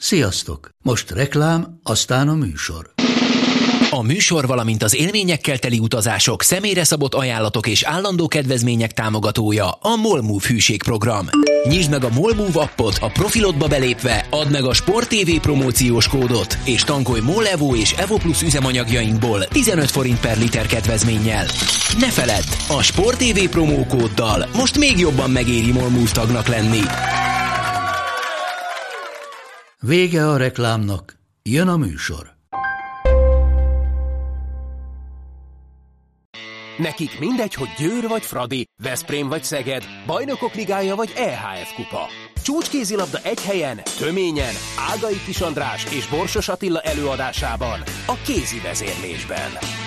Sziasztok! Most reklám, aztán a műsor. A műsor, valamint az élményekkel teli utazások, személyre szabott ajánlatok és állandó kedvezmények támogatója a MOL Move hűségprogram. Nyisd meg a MOL Move appot, a profilodba belépve, add meg a Sport TV promóciós kódot, és tankolj MOL Evo és Evo Plus üzemanyagjainkból 15 forint per liter kedvezménnyel. Ne feledd, a Sport TV promókóddal most még jobban megéri MOL Move tagnak lenni. Vége a reklámnak, jön a műsor. Nekik mindegy, hogy Győr vagy Fradi, Veszprém vagy Szeged, Bajnokok Ligája vagy EHF kupa. Csúcskézilabda egy helyen, töményen, Ágai Kis András és Borsos Attila előadásában, a Kézi Vezérlésben.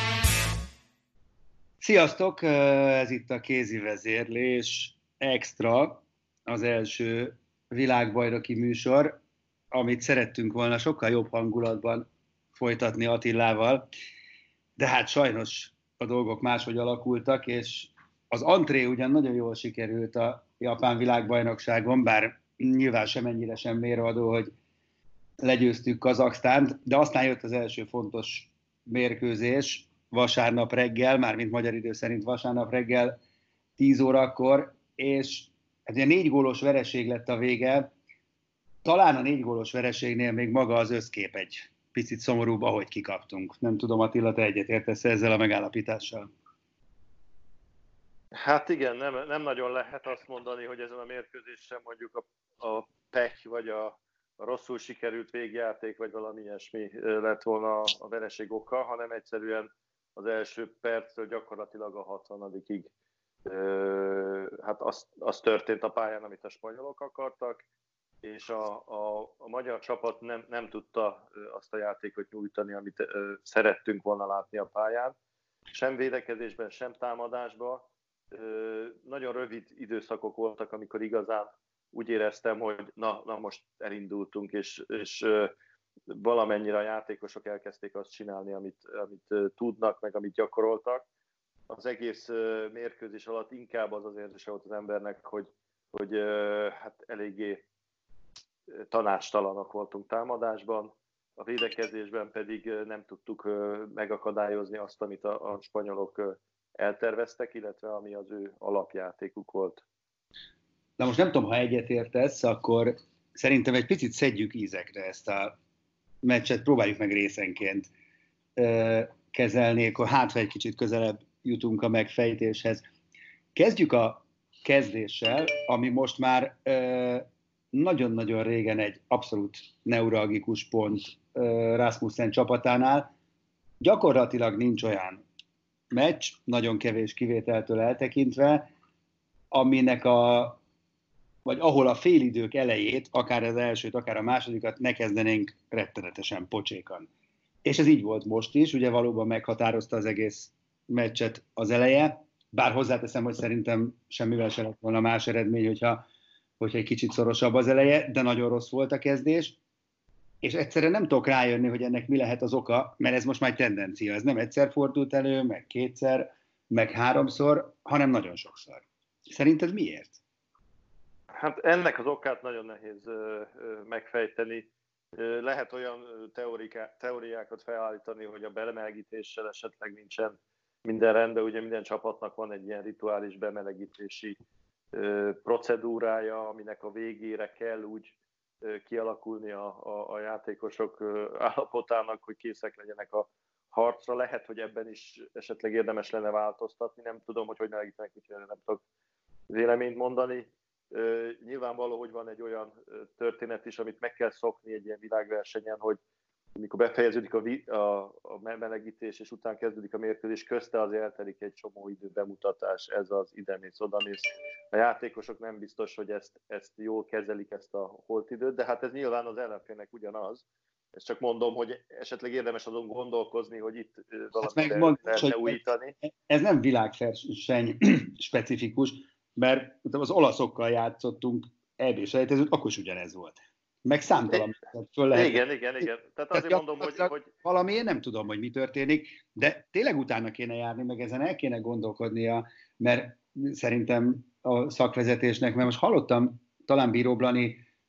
Sziasztok, ez itt a Kézi Vezérlés Extra, az első világbajnoki műsor, amit szerettünk volna sokkal jobb hangulatban folytatni Attilával, de hát sajnos a dolgok máshogy alakultak, és az antré ugyan nagyon jól sikerült a japán világbajnokságon, bár nyilván semennyire sem mérvadó, hogy legyőztük Kazaksztánt, de aztán jött az első fontos mérkőzés vasárnap reggel, mármint magyar idő szerint vasárnap reggel 10 órakor, és hát ugye 4 gólos vereség lett a vége. Talán a 4 gólos vereségnél még maga az összkép egy picit szomorúbb, ahogy kikaptunk. Nem tudom, Attila, te egyetértesz ezzel a megállapítással? Hát igen, nem nagyon lehet azt mondani, hogy ezen a mérkőzésen mondjuk a pech, vagy a rosszul sikerült végjáték, vagy valami ilyesmi lett volna a vereség oka, hanem egyszerűen az első perctől gyakorlatilag a 60-ig hát az történt a pályán, amit a spanyolok akartak, és a magyar csapat nem tudta azt a játékot nyújtani, amit szerettünk volna látni a pályán. Sem védekezésben, sem támadásban. Nagyon rövid időszakok voltak, amikor igazán úgy éreztem, hogy na most elindultunk, és valamennyire a játékosok elkezdték azt csinálni, amit tudnak, meg amit gyakoroltak. Az egész mérkőzés alatt inkább az érzése volt az embernek, hogy hát eléggé tanácstalanok voltunk támadásban, a védekezésben pedig nem tudtuk megakadályozni azt, amit a spanyolok elterveztek, illetve ami az ő alapjátékuk volt. Na most nem tudom, ha egyetértesz, akkor szerintem egy picit szedjük ízekre ezt a meccset, próbáljuk meg részenként kezelni, akkor hát egy kicsit közelebb jutunk a megfejtéshez. Kezdjük a kezdéssel, ami most már nagyon-nagyon régen egy abszolút neuralgikus pont Rasmussen csapatánál. Gyakorlatilag nincs olyan meccs, nagyon kevés kivételtől eltekintve, vagy ahol a félidők elejét, akár az elsőt, akár a másodikat ne kezdenénk rettenetesen pocsékan. És ez így volt most is, ugye valóban meghatározta az egész meccset az eleje, bár hozzáteszem, hogy szerintem semmivel se lett volna más eredmény, hogyha egy kicsit szorosabb az eleje, de nagyon rossz volt a kezdés, és egyszerűen nem tudok rájönni, hogy ennek mi lehet az oka, mert ez most már egy tendencia. Ez nem egyszer fordult elő, meg kétszer, meg 3-szor, hanem nagyon sokszor. Szerinted miért? Hát ennek az okát nagyon nehéz megfejteni. Lehet olyan teóriákat felállítani, hogy a bemelegítéssel esetleg nincsen minden rendben, ugye minden csapatnak van egy ilyen rituális bemelegítési procedúrája, aminek a végére kell úgy kialakulni a játékosok állapotának, hogy készek legyenek a harcra. Lehet, hogy ebben is esetleg érdemes lenne változtatni, nem tudom, hogy melegítenek, úgyhogy nem tudok véleményt mondani. Nyilvánvaló, hogy van egy olyan történet is, amit meg kell szokni egy ilyen világversenyen, hogy amikor befejeződik a melegítés, és után kezdődik a mérkőzés, közte azért eltelik egy csomó idő, bemutatás, ez az idemész, odamész. A játékosok nem biztos, hogy ezt jól kezelik, ezt a holtidőt, de hát ez nyilván az ellenfélnek ugyanaz. Ezt csak mondom, hogy esetleg érdemes azon gondolkozni, hogy itt valamit lehetne újítani. Ez nem világverseny specifikus, mert az olaszokkal játszottunk EB-selejtezőt, akkor is ugyanez volt. Meg számtalan föl lehet. Igen. Tehát azért mondom, hogy valamiért nem tudom, hogy mi történik, de tényleg utána kéne járni, meg ezen el kéne gondolkodnia, mert szerintem a szakvezetésnek, mert most hallottam talán Bíró Blani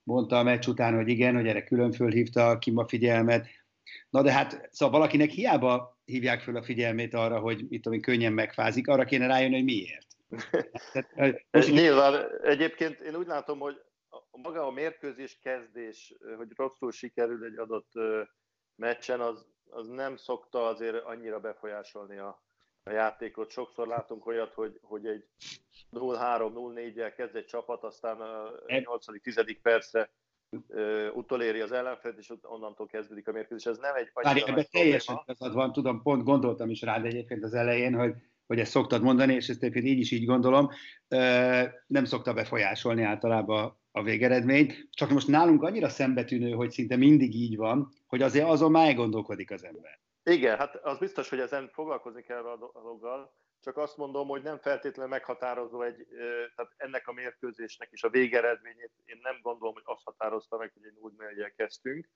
mondta a meccs után, hogy igen, hogy erre külön fölhívta a Kim a figyelmet. Na de hát, szóval valakinek hiába hívják föl a figyelmét arra, hogy itt tudom, könnyen megfázik, arra kéne rájönni, hogy miért. Most nyilván egyébként én úgy látom, hogy maga a mérkőzés kezdés, hogy rosszul sikerül egy adott meccsen, az nem szokta azért annyira befolyásolni a játékot. Sokszor látunk olyat, hogy egy 0-3-0-4-jel kezd egy csapat, aztán a 8.-10. percre utoléri az ellenfelet, és onnantól kezdődik a mérkőzés. Ez nem egy annyira nagy teljesen igazad van, tudom, pont gondoltam is rád egyébként az elején, hogy ezt szoktad mondani, és ezt egyébként így is így gondolom, nem szokta befolyásolni általában a végeredményt, csak most nálunk annyira szembetűnő, hogy szinte mindig így van, hogy azért azon már elgondolkodik az ember. Igen, hát az biztos, hogy ezen foglalkozni kell a dologgal, csak azt mondom, hogy nem feltétlenül meghatározó tehát ennek a mérkőzésnek is a végeredményét én nem gondolom, hogy azt határozta meg, hogy egy 0-4-jel kezdtünk.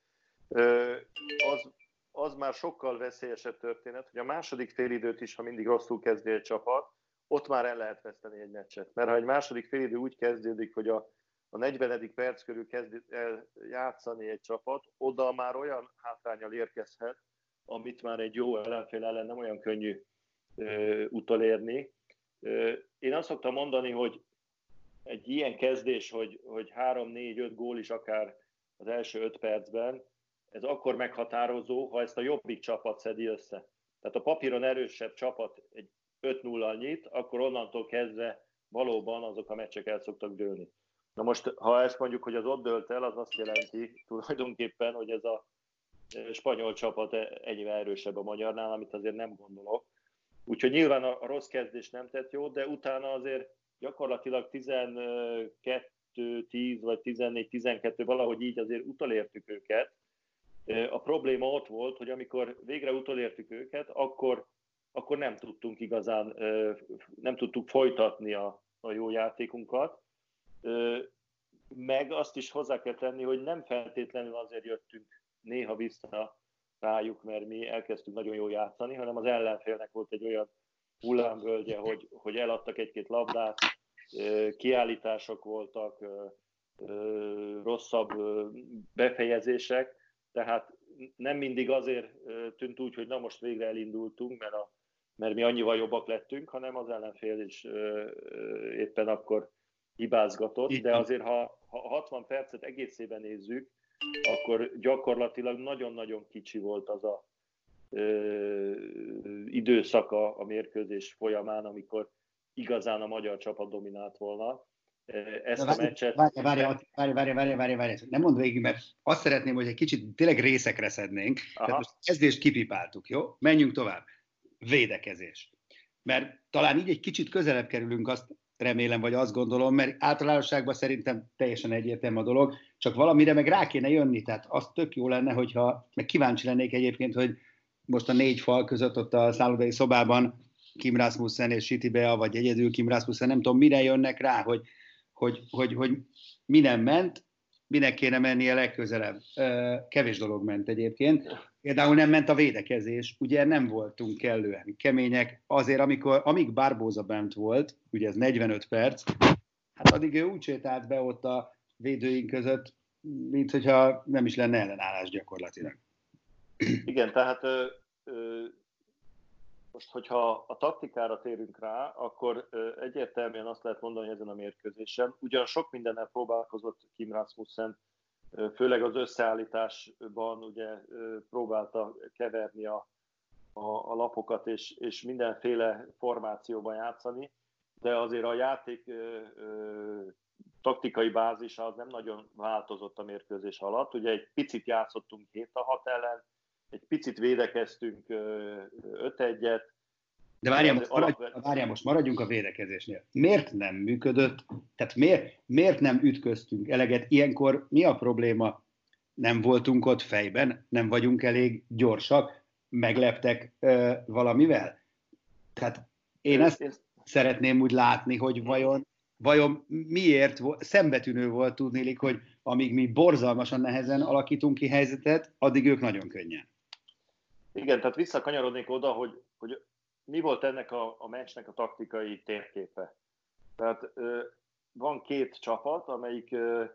Az már sokkal veszélyesebb történet, hogy a második félidőt is, ha mindig rosszul kezdi egy csapat, ott már el lehet veszteni egy meccset. Mert ha egy második félidő úgy kezdődik, hogy a 40. perc körül kezd el játszani egy csapat, oda már olyan hátránnyal érkezhet, amit már egy jó ellenfél ellen nem olyan könnyű utolérni. Én azt szoktam mondani, hogy egy ilyen kezdés, hogy 3-4-5 gól is akár az első 5 percben, ez akkor meghatározó, ha ezt a jobbik csapat szedi össze. Tehát a papíron erősebb csapat egy 5-0-al nyit, akkor onnantól kezdve valóban azok a meccsek el szoktak dőlni. Na most, ha ezt mondjuk, hogy az ott dőlt el, az azt jelenti tulajdonképpen, hogy ez a spanyol csapat ennyivel erősebb a magyarnál, amit azért nem gondolok. Úgyhogy nyilván a rossz kezdés nem tett jót, de utána azért gyakorlatilag 12-10 vagy 14-12, valahogy így azért utolértük őket. A probléma ott volt, hogy amikor végre utolértük őket, akkor nem tudtunk igazán, nem tudtuk folytatni a jó játékunkat. Meg azt is hozzá kell tenni, hogy nem feltétlenül azért jöttünk néha vissza rájuk, mert mi elkezdtünk nagyon jól játszani, hanem az ellenfélnek volt egy olyan hullámvölgye, hogy eladtak egy-két labdát, kiállítások voltak, rosszabb befejezések, tehát nem mindig azért tűnt úgy, hogy na most végre elindultunk, mert mi annyival jobbak lettünk, hanem az ellenfél is éppen akkor hibázgatott, de azért ha 60 percet egészében nézzük, akkor gyakorlatilag nagyon-nagyon kicsi volt az a időszaka a mérkőzés folyamán, amikor igazán a magyar csapat dominált volna. Ezt a meccset... Várj, nem mondd végig, mert azt szeretném, hogy egy kicsit tényleg részekre szednénk. Tehát most kezdést kipipáltuk, jó? Menjünk tovább. Védekezés. Mert talán így egy kicsit közelebb kerülünk, azt remélem, vagy azt gondolom, mert általánosságban szerintem teljesen egyértelmű a dolog, csak valamire meg rá kéne jönni, tehát az tök jó lenne, hogyha, meg kíváncsi lennék egyébként, hogy most a 4 fal között ott a szállodai szobában Kim Rasmussen és Siti Bea, vagy egyedül Kim Rasmussen, nem tudom, mire jönnek rá, hogy mi nem ment, minek kéne mennie legközelebb. Kevés dolog ment egyébként. Például nem ment a védekezés, ugye nem voltunk kellően kemények. Azért, amíg Barbosa bent volt, ugye ez 45 perc, hát addig ő úgy sétált be ott a védőink között, mint hogyha nem is lenne ellenállás gyakorlatilag. Igen, tehát most, hogyha a taktikára térünk rá, akkor egyértelműen azt lehet mondani, hogy ezen a mérkőzésen ugyan sok mindennel próbálkozott Kim Rasmussen, főleg az összeállításban ugye próbálta keverni a lapokat és mindenféle formációban játszani, de azért a játék taktikai bázisa az nem nagyon változott a mérkőzés alatt. Ugye egy picit játszottunk 7-6 ellen, egy picit védekeztünk 5-1-et. De várjál, most maradjunk a védekezésnél. Miért nem működött? Tehát miért nem ütköztünk eleget? Ilyenkor mi a probléma? Nem voltunk ott fejben? Nem vagyunk elég gyorsak? Megleptek valamivel? Tehát én ezt szeretném úgy látni, hogy vajon miért szembetűnő volt tudniillik, hogy amíg mi borzalmasan nehezen alakítunk ki helyzetet, addig ők nagyon könnyen. Igen, tehát visszakanyarodnék oda, hogy mi volt ennek a meccsnek a taktikai térképe. Tehát van 2 csapat, amelyik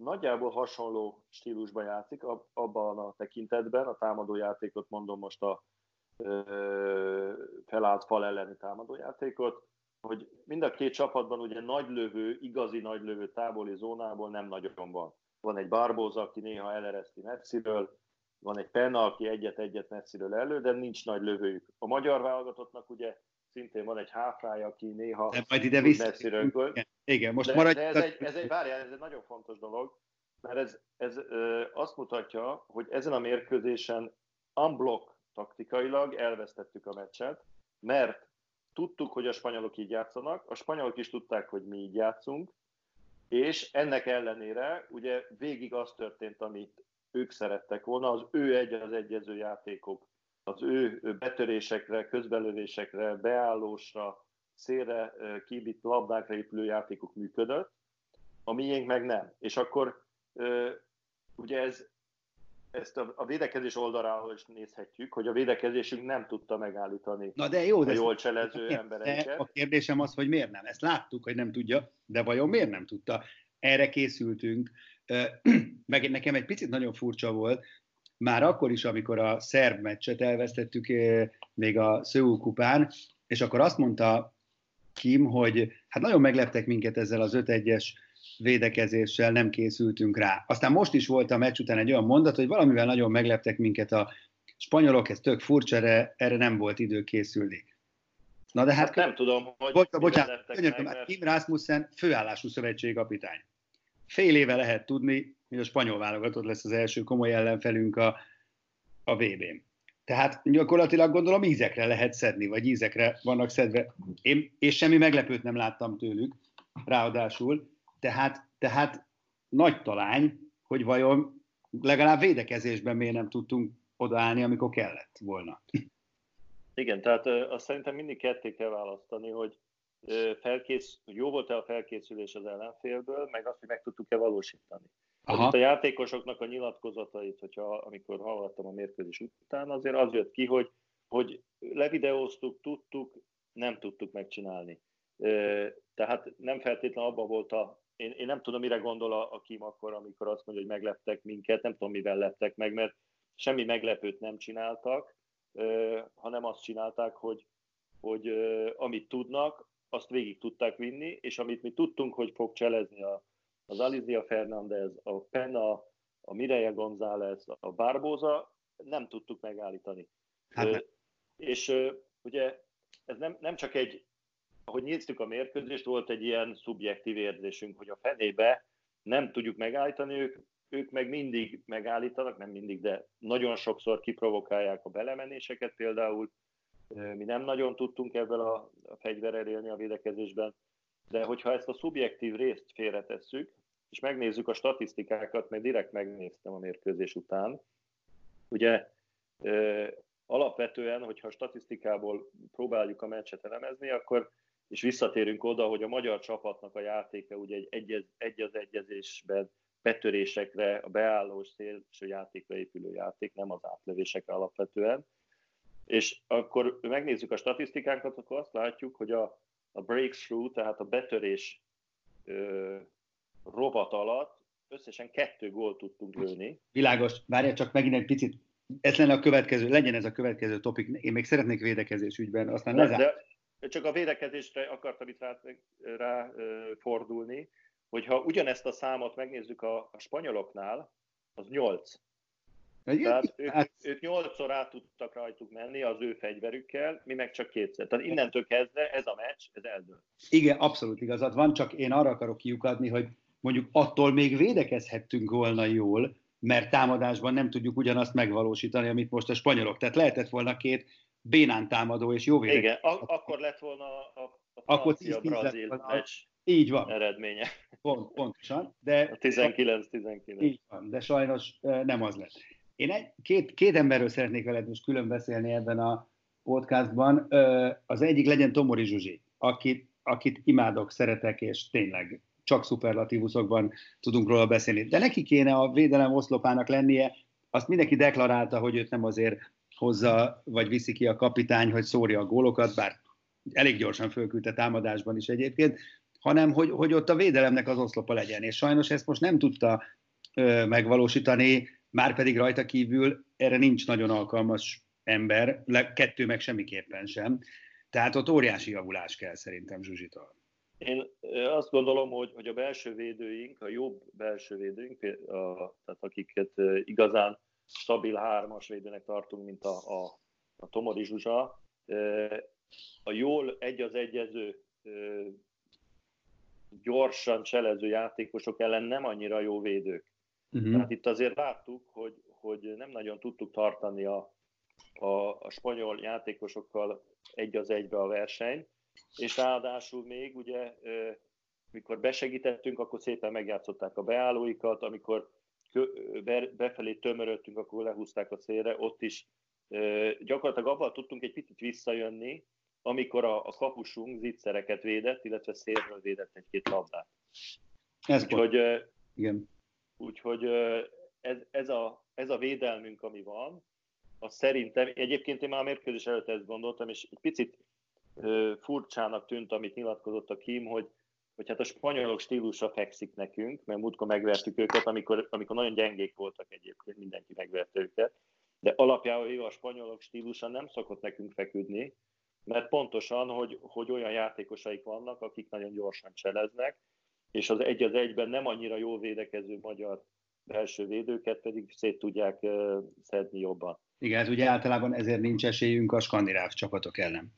nagyjából hasonló stílusban játszik, abban a tekintetben, a támadójátékot mondom most a felállt fal elleni támadójátékot, hogy mind a két csapatban ugye nagylövő, igazi nagylövő távoli zónából nem nagyon van. Van egy Barbosa, aki néha elereszti messziről, van egy Penna, aki egyet-egyet messziről elő, de nincs nagy lövőjük. A magyar válogatottnak ugye szintén van egy háfrája, aki néha majd ide messziről. Igen, most ez egy nagyon fontos dolog, mert ez azt mutatja, hogy ezen a mérkőzésen unblock taktikailag elvesztettük a meccset, mert tudtuk, hogy a spanyolok így játszanak, a spanyolok is tudták, hogy mi így játszunk, és ennek ellenére ugye végig az történt, amit ők szerettek volna, az ő egyező játékok, az ő betörésekre, közbelövésekre, beállósra, szélre kibitt labdákra épülő játékok működött, a miénk meg nem. És akkor ugye ezt a védekezés oldaláról is nézhetjük, hogy a védekezésünk nem tudta megállítani a jól cselező embereinket. A kérdésem az, hogy miért nem. Ezt láttuk, hogy nem tudja, de vajon miért nem tudta? Erre készültünk. Meg nekem egy picit nagyon furcsa volt, már akkor is, amikor a szerb meccset elvesztettük még a Seoul kupán, és akkor azt mondta Kim, hogy hát nagyon megleptek minket ezzel az 5-1-es védekezéssel, nem készültünk rá. Aztán most is volt a meccs után egy olyan mondat, hogy valamivel nagyon megleptek minket a spanyolok, ez tök furcsa, erre nem volt idő készülni. Na de hát nem tudom, hogy bocsánat, Kim Rasmussen főállású szövetségkapitány. Fél éve lehet tudni, hogy a spanyol válogatott lesz az első komoly ellenfelünk a VB-n. Tehát gyakorlatilag gondolom ízekre lehet szedni, vagy ízekre vannak szedve. Én semmi meglepőt nem láttam tőlük, ráadásul. Tehát nagy talány, hogy vajon legalább védekezésben miért nem tudtunk odaállni, amikor kellett volna. Igen, tehát azt szerintem mindig ketté kell választani, hogy jó volt-e a felkészülés az ellenfélből, meg azt, hogy meg tudtuk-e valósítani. A játékosoknak a nyilatkozatait, amikor hallottam a mérkőzés után, azért az jött ki, hogy levideóztuk, tudtuk, nem tudtuk megcsinálni. Tehát nem feltétlenül abban volt én nem tudom, mire gondol a Kim akkor, amikor azt mondja, hogy megleptek minket, nem tudom, mivel leptek meg, mert semmi meglepőt nem csináltak, hanem azt csinálták, hogy amit tudnak, azt végig tudták vinni, és amit mi tudtunk, hogy fog cselezni az Alicia Fernández, a Penna, a Mireia González, a Barbosa, nem tudtuk megállítani. És ugye ez nem csak ahogy néztük a mérkőzést, volt egy ilyen szubjektív érzésünk, hogy a fenébe nem tudjuk megállítani, ők meg mindig megállítanak, nem mindig, de nagyon sokszor kiprovokálják a belemenéseket például. Mi nem nagyon tudtunk ebből a fegyverrel élni a védekezésben, de hogyha ezt a szubjektív részt félretesszük, és megnézzük a statisztikákat, mert direkt megnéztem a mérkőzés után, ugye alapvetően, hogyha a statisztikából próbáljuk a meccset elemezni, akkor és visszatérünk oda, hogy a magyar csapatnak a játéka ugye egy az egyezésben betörésekre, a beállós szélső játékra épülő játék, nem az átlövésekre alapvetően. És akkor megnézzük a statisztikánkat, akkor azt látjuk, hogy a breakthrough, tehát a betörés rovat alatt összesen 2 gólt tudtunk lőni. Világos, várjál csak megint egy picit, legyen ez a következő topik, én még szeretnék védekezés ügyben, aztán de csak a védekezésre akartam itt rá fordulni, hogyha ugyanezt a számot megnézzük a spanyoloknál, az 8. Tehát ők 8-szor át tudtak rajtuk menni az ő fegyverükkel, mi meg csak 2-szer. Tehát innentől kezdve ez a meccs, ez eldől. Igen, abszolút igazad van, csak én arra akarok kiukadni, hogy mondjuk attól még védekezhettünk volna jól, mert támadásban nem tudjuk ugyanazt megvalósítani, amit most a spanyolok. Tehát lehetett volna 2 bénán támadó és jó védekezés. Igen, akkor lett volna a francia-brazil meccs így van. Eredménye. Pontosan. De 19-19. Így van, de sajnos nem az lett. Én két emberről szeretnék veled most külön beszélni ebben a podcastban. Az egyik legyen Tomori Zsuzsi, akit imádok, szeretek, és tényleg csak szuperlatívuszokban tudunk róla beszélni. De neki kéne a védelem oszlopának lennie, azt mindenki deklarálta, hogy őt nem azért hozza, vagy viszi ki a kapitány, hogy szórja a gólokat, bár elég gyorsan fölküldte támadásban is egyébként, hanem hogy ott a védelemnek az oszlopa legyen. És sajnos ezt most nem tudta megvalósítani, már pedig rajta kívül erre nincs nagyon alkalmas ember, kettő meg semmiképpen sem. Tehát ott óriási javulás kell szerintem Zsuzsitól. Én azt gondolom, hogy a belső védőink, a jobb belső védőink, tehát akiket igazán stabil hármas védőnek tartunk, mint a Tomori Zsuzsa, a jól egy-az-egyező, gyorsan cselező játékosok ellen nem annyira jó védők. Tehát itt azért láttuk, hogy nem nagyon tudtuk tartani a spanyol játékosokkal egy-az-egybe a versenyt, és ráadásul még ugye, mikor besegítettünk, akkor szépen megjátszották a beállóikat, amikor befelé tömörödtünk, akkor lehúzták a szélre, ott is gyakorlatilag abban tudtunk egy picit visszajönni, amikor a kapusunk zicsereket védett, illetve szélről védett egy-két labdát. Úgyhogy ez a védelmünk, ami van, az szerintem, egyébként én már a mérkőzés előtt ezt gondoltam, és egy picit furcsának tűnt, amit nyilatkozott a Kim, hogy hát a spanyolok stílusa fekszik nekünk, mert múltkor megvertük őket, amikor nagyon gyengék voltak egyébként, mindenki megverte őket, de alapjában a spanyolok stílusa nem szokott nekünk feküdni, mert pontosan, hogy olyan játékosaik vannak, akik nagyon gyorsan cseleznek, és az egy-az-egyben nem annyira jól védekező magyar belső védőket pedig szét tudják szedni jobban. Igen, ez ugye általában ezért nincs esélyünk a skandináv csapatok ellen.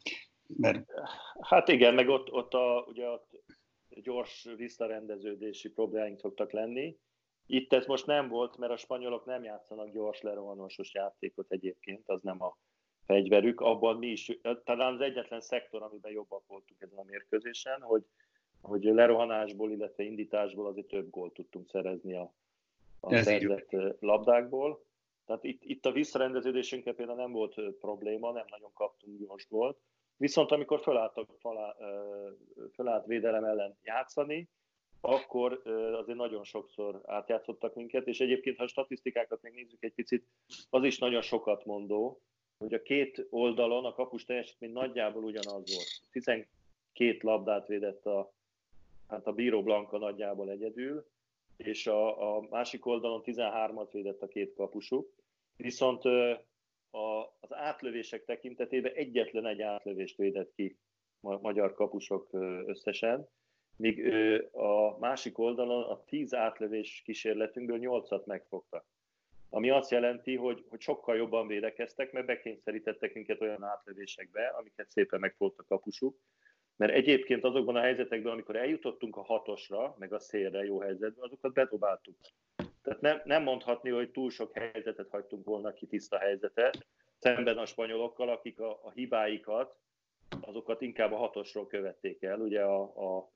Hát igen, meg ugye ott gyors visszarendeződési problémáink szoktak lenni. Itt ez most nem volt, mert a spanyolok nem játszanak gyors lerohanásos játékot egyébként, az nem a fegyverük. Abban mi is, talán az egyetlen szektor, amiben jobbak voltunk ezen a mérkőzésen, hogy lerohanásból, illetve indításból azért több gólt tudtunk szerezni a szerzett labdákból. Tehát itt a visszarendeződésünkkel például nem volt probléma, nem nagyon kaptunk gyors gólt. Viszont amikor fölállt védelem ellen játszani, akkor azért nagyon sokszor átjátszottak minket, és egyébként, ha a statisztikákat megnézzük egy picit, az is nagyon sokat mondó, hogy a két oldalon a kapus teljesítmény nagyjából ugyanaz volt. 12 labdát védett a Bíró Blanka nagyjából egyedül, és a másik oldalon 13-at védett a két kapusuk. Viszont az átlövések tekintetében egyetlen egy átlövést védett ki magyar kapusok összesen, míg a másik oldalon a 10 átlövés kísérletünkből 8-at megfogtak. Ami azt jelenti, hogy sokkal jobban védekeztek, mert bekényszerítettek minket olyan átlövésekbe, amiket szépen megfogta a kapusuk. Mert egyébként azokban a helyzetekben, amikor eljutottunk a 6-osra, meg a szélre jó helyzetben, azokat bedobáltuk. Tehát nem mondhatni, hogy túl sok helyzetet hagytunk volna ki, tiszta helyzetet, szemben a spanyolokkal, akik a hibáikat, azokat inkább a 6-osról követték el. Ugye a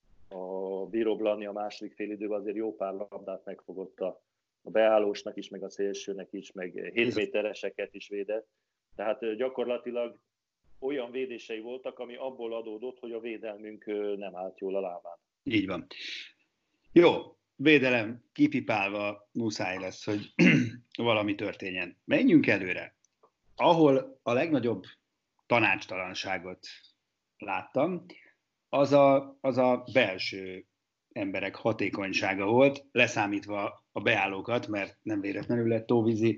Bíró Blani a második félidőben azért jó pár labdát megfogott a beállósnak is, meg a szélsőnek is, meg 7 métereseket is védett. Tehát gyakorlatilag olyan védései voltak, ami abból adódott, hogy a védelmünk nem állt jól a lábán. Így van. Jó, védelem kipipálva muszáj lesz, hogy valami történjen. Menjünk előre. Ahol a legnagyobb tanácstalanságot láttam, az a belső emberek hatékonysága volt, leszámítva a beállókat, mert nem véletlenül lett Tóvízi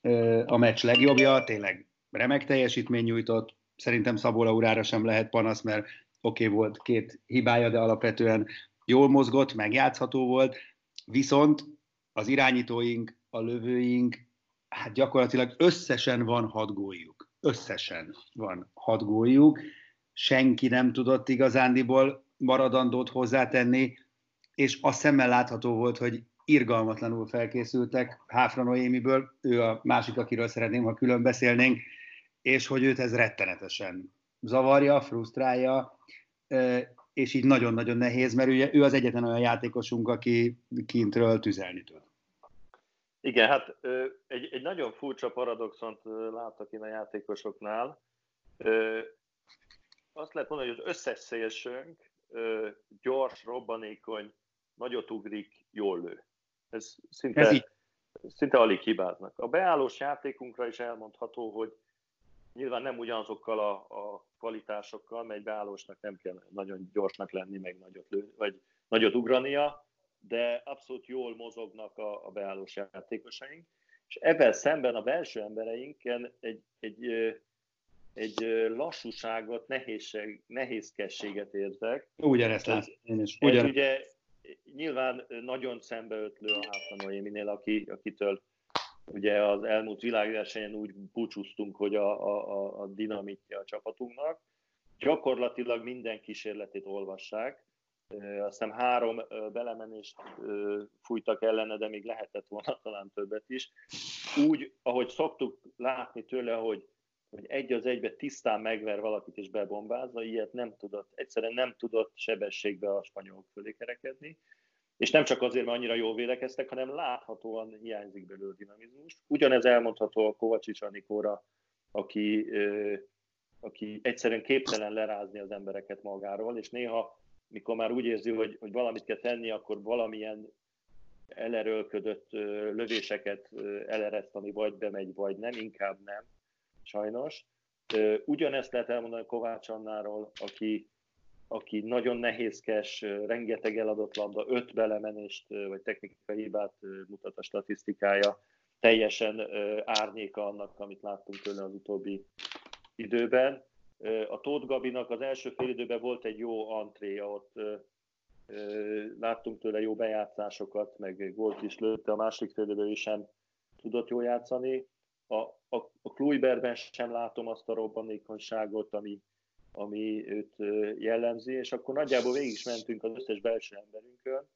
a meccs legjobbja, tényleg remek teljesítmény nyújtott, szerintem Szabó Laurára sem lehet panasz, mert oké, volt 2 hibája, de alapvetően jól mozgott, megjátszható volt, viszont az irányítóink, a lövőink, hát gyakorlatilag összesen van 6 góljuk. Összesen van 6 góljuk, senki nem tudott igazándiból maradandót hozzátenni, és a szemmel látható volt, hogy irgalmatlanul felkészültek Háfra Noémiből, ő a másik, akiről szeretném, ha külön beszélnénk, és hogy őt ez rettenetesen zavarja, frusztrálja, és így nagyon-nagyon nehéz, mert ugye ő az egyetlen olyan játékosunk, aki kintről tüzelni tud. Igen, hát egy nagyon furcsa paradoxont látok én a játékosoknál. Azt lehet mondani, hogy az összes szélsőnk gyors, robbanékony, nagyot ugrik, jól lő. Ez szinte alig hibáznak. A beállós játékunkra is elmondható, hogy Nyilván nem ugyanazokkal a kvalitásokkal, mert egy beállósnak nem kell nagyon gyorsnak lenni, meg vagy nagyot ugrania, de abszolút jól mozognak a beállós játékosaink. És ebben szemben a belső embereinken egy lassúságot, nehézkességet érzek. Ugyanezt látom én is. Ez ugye nyilván nagyon szembeötlő a Háfra Noéminél, akitől ugye az elmúlt világversenyen úgy búcsúztunk, hogy a dinamitja a csapatunknak. Gyakorlatilag minden kísérletét olvassák. Azt hiszem 3 belemenést fújtak ellene, de még lehetett volna talán többet is. Úgy, ahogy szoktuk látni tőle, hogy egy az egybe tisztán megver valakit és bebombázza, ilyet egyszerűen nem tudott sebességbe a spanyolok fölé kerekedni. És nem csak azért, mert annyira jól védekeztek, hanem láthatóan hiányzik belőle dinamizmus. Ugyanez elmondható a Kovacic Anikóra, aki egyszerűen képtelen lerázni az embereket magáról, és néha, mikor már úgy érzi, hogy valamit kell tenni, akkor valamilyen elerőlködött lövéseket elereszt, ami vagy bemegy, vagy nem, inkább nem, sajnos. Ugyanezt lehet elmondani Kovács Annáról, aki nagyon nehézkes, rengeteg eladott labda, 5 belemenést vagy technikai hibát mutat a statisztikája, teljesen árnyéka annak, amit láttunk tőle az utóbbi időben. A Tóth Gabinak az első fél időben volt egy jó antréja, ott láttunk tőle jó bejátszásokat, meg gólt is lőtte, a második fél időben is sem tudott jól játszani. A Kluiberben sem látom azt a robbanékonyságot, ami őt jellemzi, és akkor nagyjából végig is mentünk az összes belső emberünkön.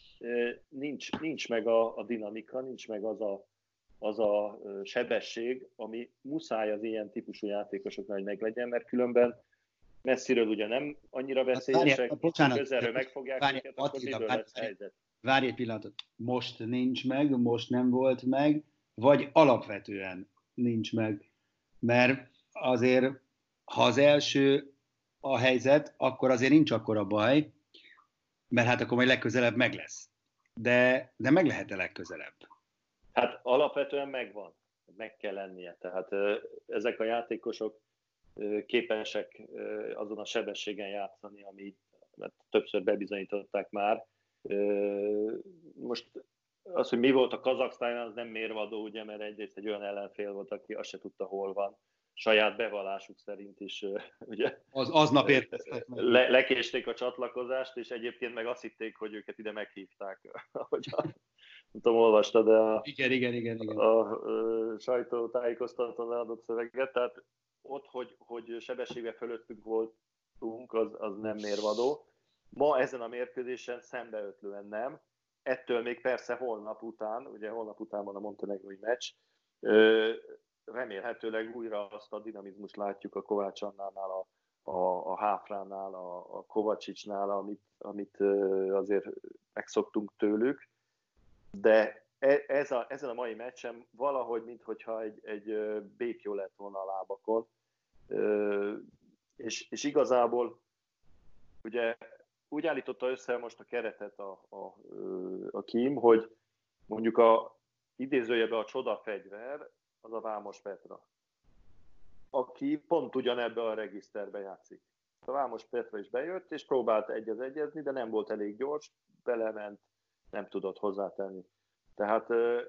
Nincs meg a dinamika, nincs meg az a sebesség, ami muszáj az ilyen típusú játékosoknak, hogy meglegyen, mert különben messziről ugye nem annyira veszélyesek, közelről megfogják őket, akkor miből lesz helyzet? Várj egy pillanatot, most nincs meg, most nem volt meg, vagy alapvetően nincs meg, mert azért ha az első a helyzet, akkor azért nincs akkora baj, mert hát akkor majd legközelebb meg lesz. De meg lehet-e legközelebb? Hát alapvetően megvan, meg kell lennie. Tehát ezek a játékosok képesek azon a sebességen játszani, amit többször bebizonyították már. Most az, hogy mi volt a Kazaksztánnál, az nem mérvadó, ugye, mert egyrészt egy olyan ellenfél volt, aki azt se tudta, hol van. Saját bevallásuk szerint is ugye, aznap érkeztek meg. Lekésték a csatlakozást, és egyébként meg azt hitték, hogy őket ide meghívták. Ahogyan, nem tudom, olvastad Igen. A sajtótájékoztatón leadott szöveget. Tehát ott, hogy sebességbe fölöttünk voltunk, az nem mérvadó. Ma ezen a mérkőzésen szembeötlően nem. Ettől még persze holnap után van a montenegrói meccs, remélhetőleg újra azt a dinamizmust látjuk a Kovács Annánál, a Háfránál, a Kovacsicsnál, amit azért megszoktunk tőlük, de ezen a mai meccsen valahogy, minthogyha egy béklyó lett volna a lábakon, és igazából ugye úgy állította össze most a keretet a Kim, hogy mondjuk idézőjebe a csodafegyver, az a Vámos Petra, aki pont ugyanebbe a regiszterbe játszik. A Vámos Petra is bejött, és próbált egyezni, de nem volt elég gyors, belement, nem tudott hozzátenni. Tehát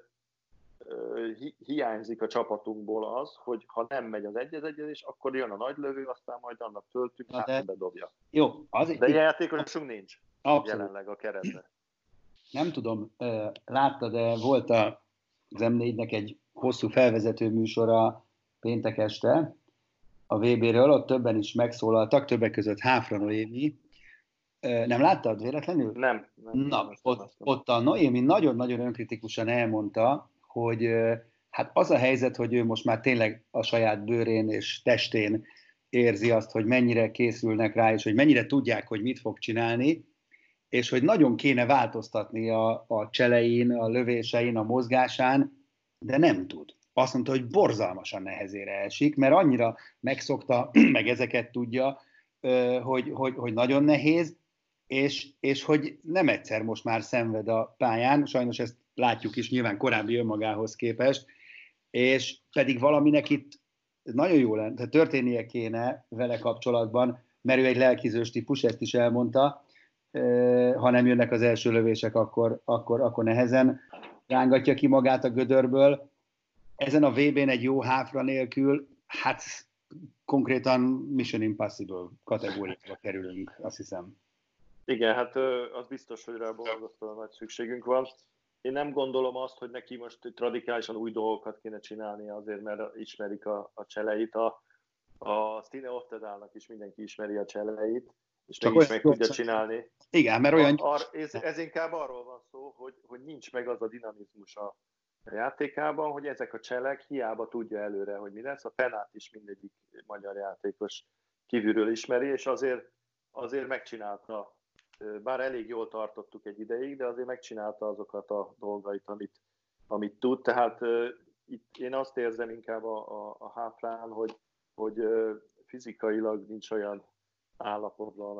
hiányzik a csapatunkból az, hogy ha nem megy az egyezés, akkor jön a nagy lövő, aztán majd annak töltünk, hát bedobja. Jó, de játékosunk nincs abszolút. Jelenleg a keretben. Nem tudom, láttad, de volt az M4-nek egy hosszú felvezető műsora péntek este a VB-ről, ott többen is megszólaltak, többek között Háfra Noémi. Nem láttad véletlenül? Nem. Na, ott a Noémi nagyon-nagyon önkritikusan elmondta, hogy hát az a helyzet, hogy ő most már tényleg a saját bőrén és testén érzi azt, hogy mennyire készülnek rá, és hogy mennyire tudják, hogy mit fog csinálni, és hogy nagyon kéne változtatni a cselein, a lövésein, a mozgásán, de nem tud. Azt mondta, hogy borzalmasan nehezére esik, mert annyira megszokta, meg ezeket tudja, hogy nagyon nehéz, és hogy nem egyszer most már szenved a pályán, sajnos ezt látjuk is nyilván korábbi önmagához képest, és pedig valaminek itt nagyon jó lenne, tehát történnie kéne vele kapcsolatban, mert ő egy lelkizős típus, ezt is elmondta, ha nem jönnek az első lövések, akkor nehezen rángatja ki magát a gödörből. Ezen a VB-n egy jó háfra nélkül, hát konkrétan Mission Impossible kategóriába kerülünk, azt hiszem. Igen, hát az biztos, hogy rá borzasztóan nagy szükségünk van. Én nem gondolom azt, hogy neki most radikálisan új dolgokat kéne csinálni azért, mert ismerik a cseleit. A Stine Oftedalnak is mindenki ismeri a cseleit, és mégis meg tudja csinálni. Igen, mert olyan... Ez inkább arról van szó, hogy nincs meg az a dinamizmus a játékában, hogy ezek a cselek hiába tudja előre, hogy mi lesz. A penát is mindegyik magyar játékos kívülről ismeri, és azért megcsinálta. Bár elég jól tartottuk egy ideig, de azért megcsinálta azokat a dolgait, amit tud. Tehát itt én azt érzem inkább a háfrán, hogy fizikailag nincs olyan állapotban,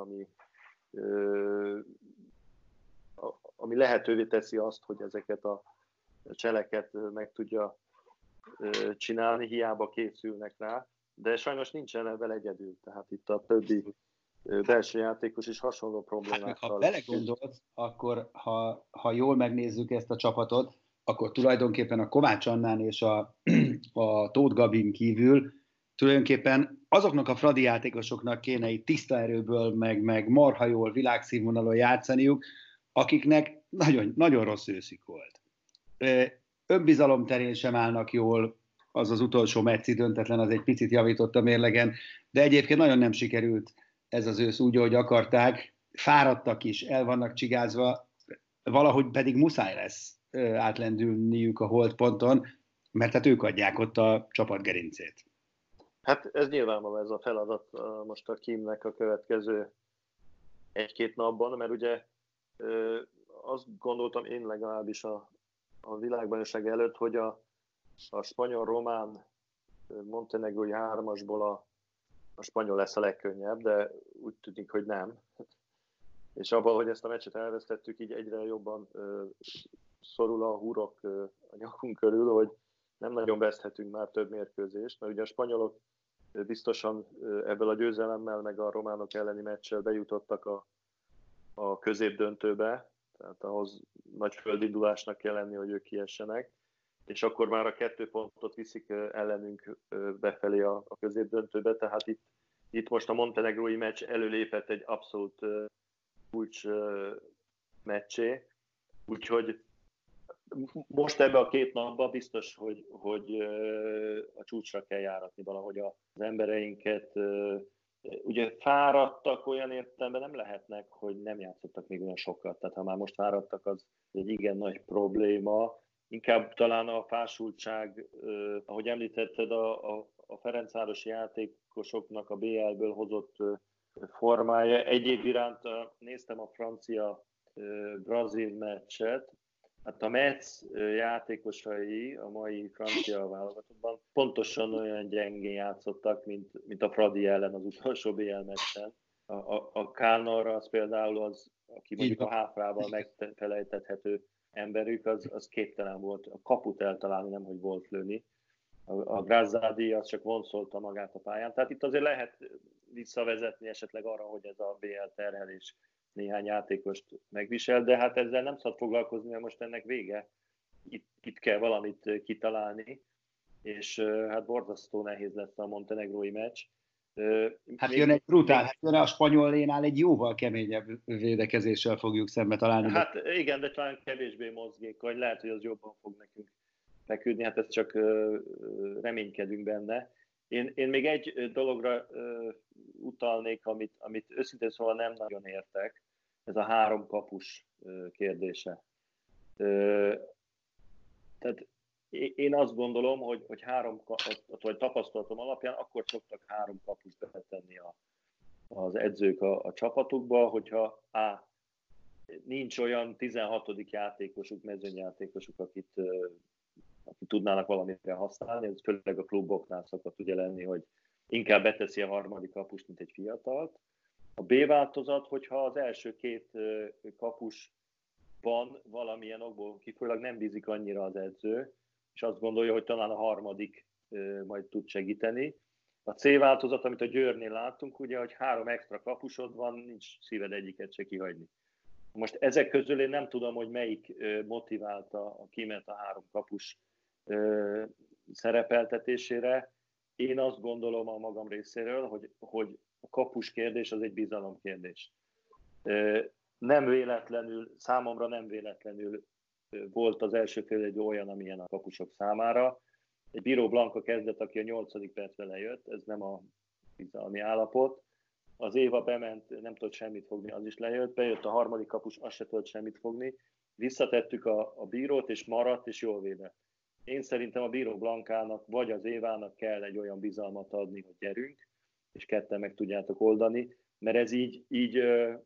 ami lehetővé teszi azt, hogy ezeket a cseleket meg tudja csinálni, hiába készülnek rá, de sajnos nincsen ebben egyedül, tehát itt a többi belső játékos is hasonló problémákkal. Hát, ha belegondolsz, akkor ha jól megnézzük ezt a csapatot, akkor tulajdonképpen a Kovács Annán és a Tóth Gabin kívül tulajdonképpen azoknak a Fradi játékosoknak kéne itt tiszta erőből, meg marha jól, világszínvonalon játszaniuk, akiknek nagyon, nagyon rossz őszük volt. Önbizalom terén sem állnak jól, az utolsó mecci döntetlen, az egy picit javított a mérlegen, de egyébként nagyon nem sikerült ez az ősz úgy, ahogy akarták, fáradtak is, el vannak csigázva, valahogy pedig muszáj lesz átlendülniük a holdponton, mert hát ők adják ott a csapatgerincét. Hát ez nyilvánvalóan ez a feladat most a Kimnek a következő egy-két napban, mert ugye azt gondoltam én legalábbis a világbajnokság előtt, hogy a spanyol-román montenegrói hármasból a spanyol lesz a legkönnyebb, de úgy tűnik, hogy nem. És abban, hogy ezt a meccset elvesztettük, így egyre jobban szorul a hurok a nyakunk körül, hogy nem nagyon veszthetünk már több mérkőzést, mert ugye a spanyolok biztosan ebből a győzelemmel, meg a románok elleni meccsel bejutottak a középdöntőbe, tehát ahhoz nagy földindulásnak kell lenni, hogy ők kiessenek, és akkor már a 2 pontot viszik ellenünk befelé a középdöntőbe, tehát itt most a montenegrói meccs előlépett egy abszolút kulcs meccsé, úgyhogy most ebbe a 2 napban biztos, hogy a csúcsra kell járatni valahogy az embereinket. Ugye fáradtak olyan értelemben nem lehetnek, hogy nem játszottak még olyan sokat. Tehát ha már most fáradtak, az egy igen nagy probléma. Inkább talán a fásultság, ahogy említetted, a Ferencvárosi játékosoknak a BL-ből hozott formája. Egyéb iránt néztem a francia-brazil meccset. Hát a Metz játékosai a mai francia válogatottban pontosan olyan gyengén játszottak, mint a Fradi ellen az utolsó BL meccsen. A Kánor az például, aki mondjuk a háfrával megfelejtethető emberük, az képtelen volt a kaput eltalálni, nem hogy volt lőni. A Grazzadi az csak vonszolta magát a pályán. Tehát itt azért lehet visszavezetni esetleg arra, hogy ez a BL terhelés néhány játékost megvisel, de hát ezzel nem szabad foglalkozni, mert most ennek vége. Itt kell valamit kitalálni, és hát borzasztó nehéz lesz a montenegrói meccs. Hát jön egy brutál, jön a spanyolénál egy jóval keményebb védekezéssel fogjuk szembe találni. Hát igen, de talán kevésbé mozgékony, lehet, hogy az jobban fog nekünk feküdni, hát ezt csak reménykedünk benne. Én még egy dologra utalnék, amit őszintén szóval nem nagyon értek, ez a 3 kapus kérdése. Tehát én azt gondolom, hogy 3, vagy tapasztalatom alapján akkor szoktak 3 kapust betenni az edzők a csapatukba, hogyha nincs olyan 16. játékosuk, mezőnyjátékosuk, akit tudnának valamire használni. Ez főleg a kluboknál szokott ugye lenni, hogy inkább beteszi a 3. kapust, mint egy fiatalt. A B változat, hogyha az első 2 kapusban valamilyen okból kifolyólag nem bízik annyira az edző, és azt gondolja, hogy talán a 3. majd tud segíteni. A C változat, amit a Győrnél láttunk, ugye, hogy 3 extra kapusod van, nincs szíved egyiket se kihagyni. Most ezek közül én nem tudom, hogy melyik motiválta a Kimet a 3 kapus szerepeltetésére. Én azt gondolom a magam részéről, hogy a kapus kérdés az egy bizalom kérdés. Nem véletlenül, számomra nem véletlenül volt az első fél egy olyan, amilyen a kapusok számára. Egy Bíró Blanka kezdett, aki a 8. percben lejött, ez nem a bizalmi állapot. Az Éva bement, nem tudott semmit fogni, az is lejött. Bejött a 3. kapus, az se tudott semmit fogni. Visszatettük a Bírót, és maradt, és jól védett. Én szerintem a Bíró Blankának, vagy az Évának kell egy olyan bizalmat adni, hogy gyerünk, és ketten meg tudjátok oldani, mert ez így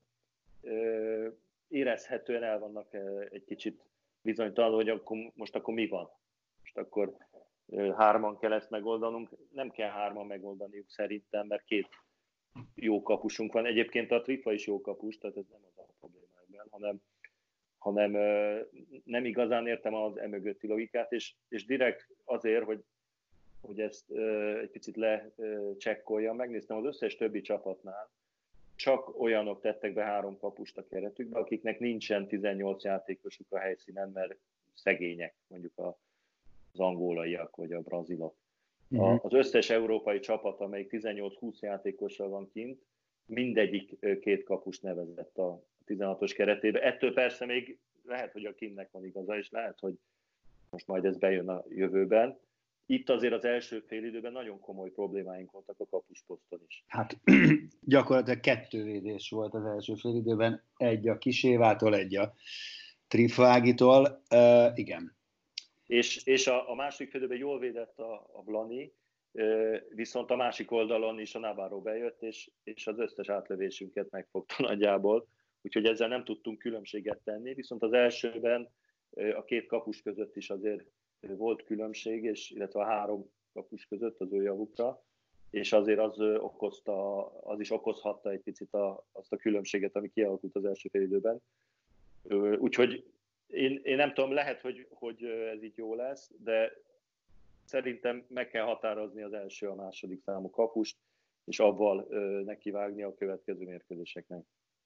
érezhetően el vannak egy kicsit bizonytalan, hogy most akkor mi van? Most akkor 3-an kell ezt megoldanunk. Nem kell 3-an megoldaniuk szerintem, mert 2 jó kapusunk van. Egyébként a Trifa is jó kapus, tehát ez nem az a problémákban, hanem nem igazán értem az emögötti logikát, és direkt azért, hogy ezt egy picit lecsekkoljam, megnéztem az összes többi csapatnál, csak olyanok tettek be 3 kapust a keretükbe, akiknek nincsen 18 játékosuk a helyszínen, mert szegények, mondjuk az angolaiak vagy a brazilok. Az összes európai csapat, amelyik 18-20 játékossal van kint, mindegyik 2 kapust nevezett a 16-os keretébe. Ettől persze még lehet, hogy a Kimnek van igaza, és lehet, hogy most majd ez bejön a jövőben. Itt azért az első fél időben nagyon komoly problémáink voltak a kapusposzton is. Hát gyakorlatilag 2 védés volt az első fél időben, egy a Kisévától, egy a Trifágitól, igen. És a második fél időben jól védett a Blani, viszont a másik oldalon is a Navarro bejött, és az összes átlövésünket megfogta nagyjából, úgyhogy ezzel nem tudtunk különbséget tenni, viszont az elsőben a 2 kapus között is azért volt különbség, illetve a 3 kapus között az ő javukra, és azért az is okozhatta egy picit azt a különbséget, ami kialakult az első fél időben. Úgyhogy én nem tudom, lehet, hogy ez így jó lesz, de szerintem meg kell határozni az első, a második számú kapust, és avval nekivágni a következő mérkőzéseknek.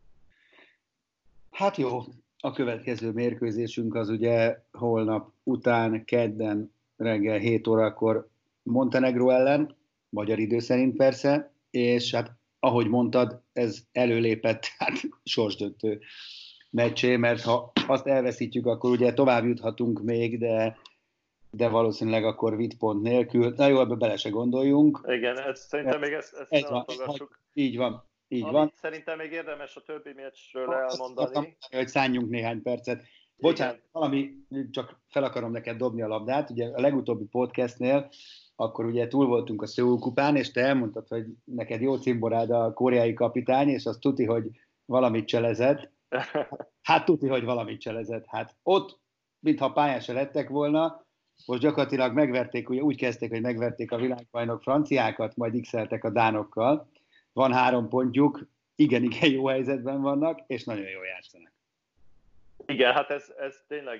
Hát jó, a következő mérkőzésünk az ugye holnap után, kedden reggel 7 órakor Montenegró ellen, magyar idő szerint persze, és hát ahogy mondtad, ez előlépett, hát sorsdöntő meccsé, mert ha azt elveszítjük, akkor ugye tovább juthatunk még, de valószínűleg akkor vitt nélkül. Na jó, ebbe bele se gondoljunk. Igen, szerintem még ezt ne adtogassuk. Így van. Szerintem még érdemes a többi meccsről elmondani. Hogy szálljunk néhány percet. Bocsánat, valami, csak fel akarom neked dobni a labdát. Ugye a legutóbbi podcastnél akkor ugye túl voltunk a Seoul kupán, és te elmondtad, hogy neked jó cimborád a koreai kapitány, és az tuti, hogy valamit cselezett. Hát tuti, hogy valamit cselezett. Hát ott, mintha pályán se lettek volna, most gyakorlatilag megverték, ugye úgy kezdték, hogy megverték a világbajnok franciákat, majd x-eltek a dánokkal. Van 3 pontjuk, igen jó helyzetben vannak, és nagyon jól játszanak. Igen, hát ez tényleg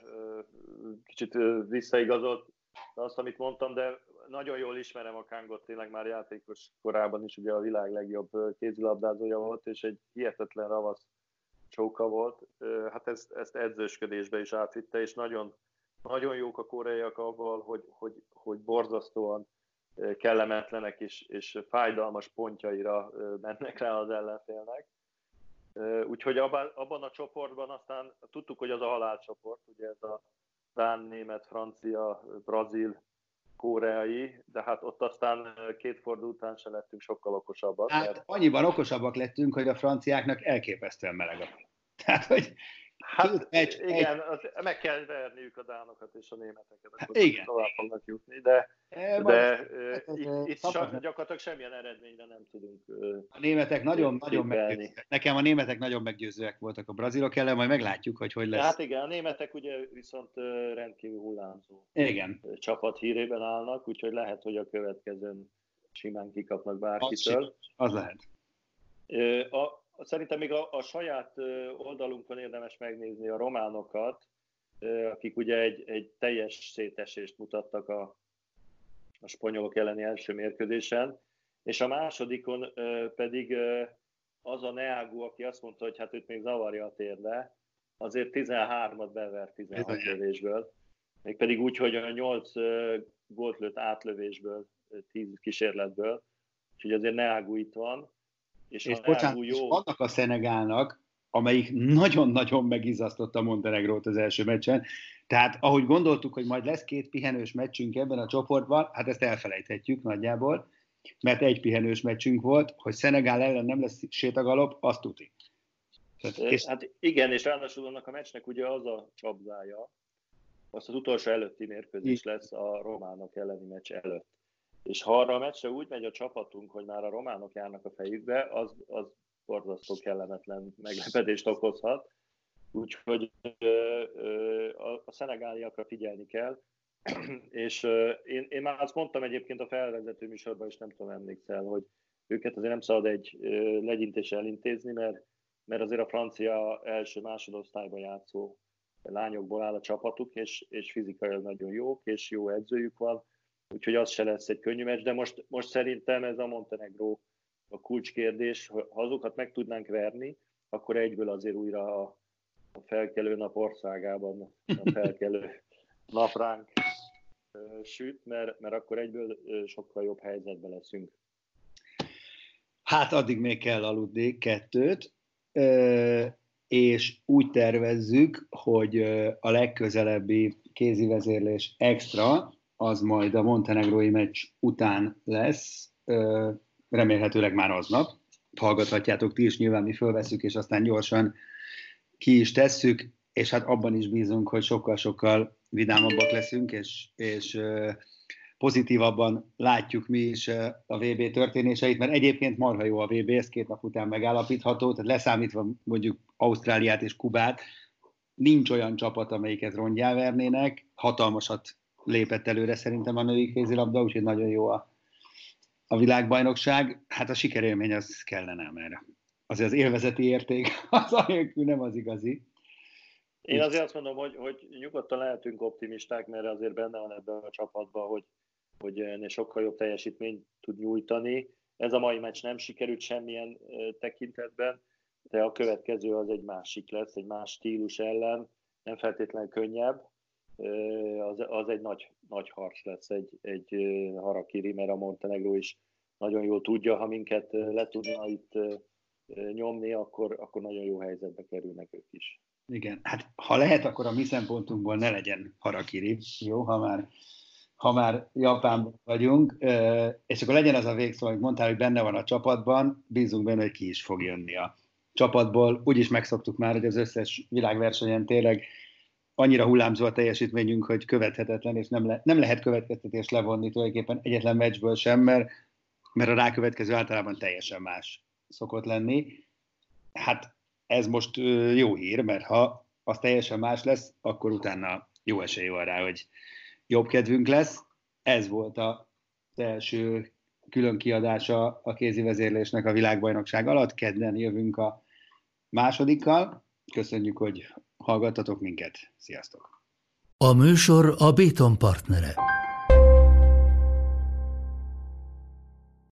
kicsit visszaigazolt azt, amit mondtam, de nagyon jól ismerem a Kangot, tényleg már játékos korában is ugye a világ legjobb kézilabdázója volt, és egy hihetetlen ravasz csóka volt. Hát ezt edzősködésbe is átvitte, és nagyon, nagyon jók a koreaiak avval, hogy borzasztóan kellemetlenek és fájdalmas pontjaira mennek rá az ellenfélnek. Úgyhogy abban a csoportban aztán tudtuk, hogy az a halálcsoport, ugye ez a dán, német, francia, brazil, koreai, de hát ott aztán 2 forduló után se lettünk sokkal okosabbak. Hát annyiban okosabbak lettünk, hogy a franciáknak elképesztően meleg a. Tehát, hogy hát igen, meg kell verniük a dánokat és a németeket, akkor igen. Tovább fognak jutni, de itt gyakorlatilag semmilyen eredményre nem tudunk. A németek nagyon meggyőzőek. Nekem a németek nagyon meggyőzőek voltak a brazilok ellen, majd meglátjuk, hogy lesz. Hát igen, a németek ugye viszont rendkívül hullámzó csapat hírében állnak, úgyhogy lehet, hogy a következőn simán kikapnak bárkitől. Az lehet. Szerintem még a saját oldalunkon érdemes megnézni a románokat, akik ugye egy teljes szétesést mutattak a a spanyolok elleni első mérkőzésen, és a másodikon pedig az a Neagu, aki azt mondta, hogy hát őt még zavarja a térde, azért 13-at bevert 16 lövésből, mégpedig úgy, hogy a 8 gólt lőtt átlövésből, 10 kísérletből, úgyhogy azért Neagu itt van. És bocsánat, jó... és annak a Szenegálnak, amelyik nagyon-nagyon megizzasztotta Montenegrót az első meccsen, tehát ahogy gondoltuk, hogy majd lesz 2 pihenős meccsünk ebben a csoportban, hát ezt elfelejthetjük nagyjából, mert 1 pihenős meccsünk volt, hogy Szenegál ellen nem lesz sétagalop, azt tuti. Hát igen, és ráadásul annak a meccsnek ugye az a csapdája, az utolsó előtti mérkőzés lesz a románok elleni meccs előtt. És ha arra a meccsre úgy megy a csapatunk, hogy már a románok járnak a fejükbe, az borzasztó kellemetlen meglepetést okozhat. Úgyhogy a szenegáliakra figyelni kell. És én már azt mondtam egyébként a felvezető műsorban, és nem tudom, emlékszel, hogy őket azért nem szabad egy legyintéssel elintézni, mert azért a francia első-másodosztályban játszó lányokból áll a csapatuk, és fizikailag nagyon jók, és jó edzőjük van, úgyhogy az se lesz egy könnyű meccs, de most szerintem ez a Montenegró a kulcskérdés. Ha azokat meg tudnánk verni, akkor egyből azért újra a felkelő nap országában a felkelő napránk süt, mert akkor egyből sokkal jobb helyzetben leszünk. Hát addig még kell aludni 2, és úgy tervezzük, hogy a legközelebbi kézivezérlés extra, az majd a montenegrói meccs után lesz, remélhetőleg már aznap. Hallgathatjátok ti is, nyilván mi fölveszünk, és aztán gyorsan ki is tesszük, és hát abban is bízunk, hogy sokkal-sokkal vidámabbak leszünk, és pozitívabban látjuk mi is a VB történéseit, mert egyébként marha jó a VB, ez 2 nap után megállapítható, tehát leszámítva mondjuk Ausztráliát és Kubát, nincs olyan csapat, amelyiket rongyá vernének, hatalmasat lépett előre szerintem a női kézilabda, úgyhogy nagyon jó a világbajnokság. Hát a sikerélmény az kellene, mert azért az élvezeti érték az anélkül nem az igazi. Én azért azt mondom, hogy nyugodtan lehetünk optimisták, mert azért benne van ebben a csapatban, hogy sokkal jobb teljesítményt tud nyújtani. Ez a mai meccs nem sikerült semmilyen tekintetben, de a következő az egy másik lesz, egy más stílus ellen, nem feltétlenül könnyebb. Az egy nagy harc lesz, egy harakiri, mert a Montenegró is nagyon jól tudja, ha minket le tudna itt nyomni, akkor nagyon jó helyzetbe kerülnek ők is. Igen, hát ha lehet, akkor a mi szempontunkból ne legyen harakiri, jó, ha már Japánban vagyunk, és akkor legyen az a végszó, amit mondtál, hogy benne van a csapatban, bízunk benne, hogy ki is fog jönni a csapatból. Úgyis megszoktuk már, hogy az összes világversenyen tényleg annyira hullámzó a teljesítményünk, hogy követhetetlen, és nem lehet következtetést levonni tulajdonképpen egyetlen meccsből sem, mert a rákövetkező általában teljesen más szokott lenni. Hát ez most jó hír, mert ha az teljesen más lesz, akkor utána jó esély van rá, hogy jobb kedvünk lesz. Ez volt az első külön kiadása a kézivezérlésnek a világbajnokság alatt. Kedden jövünk a másodikkal. Köszönjük, hogy hallgattatok minket. Sziasztok! A műsor a Béton partnere.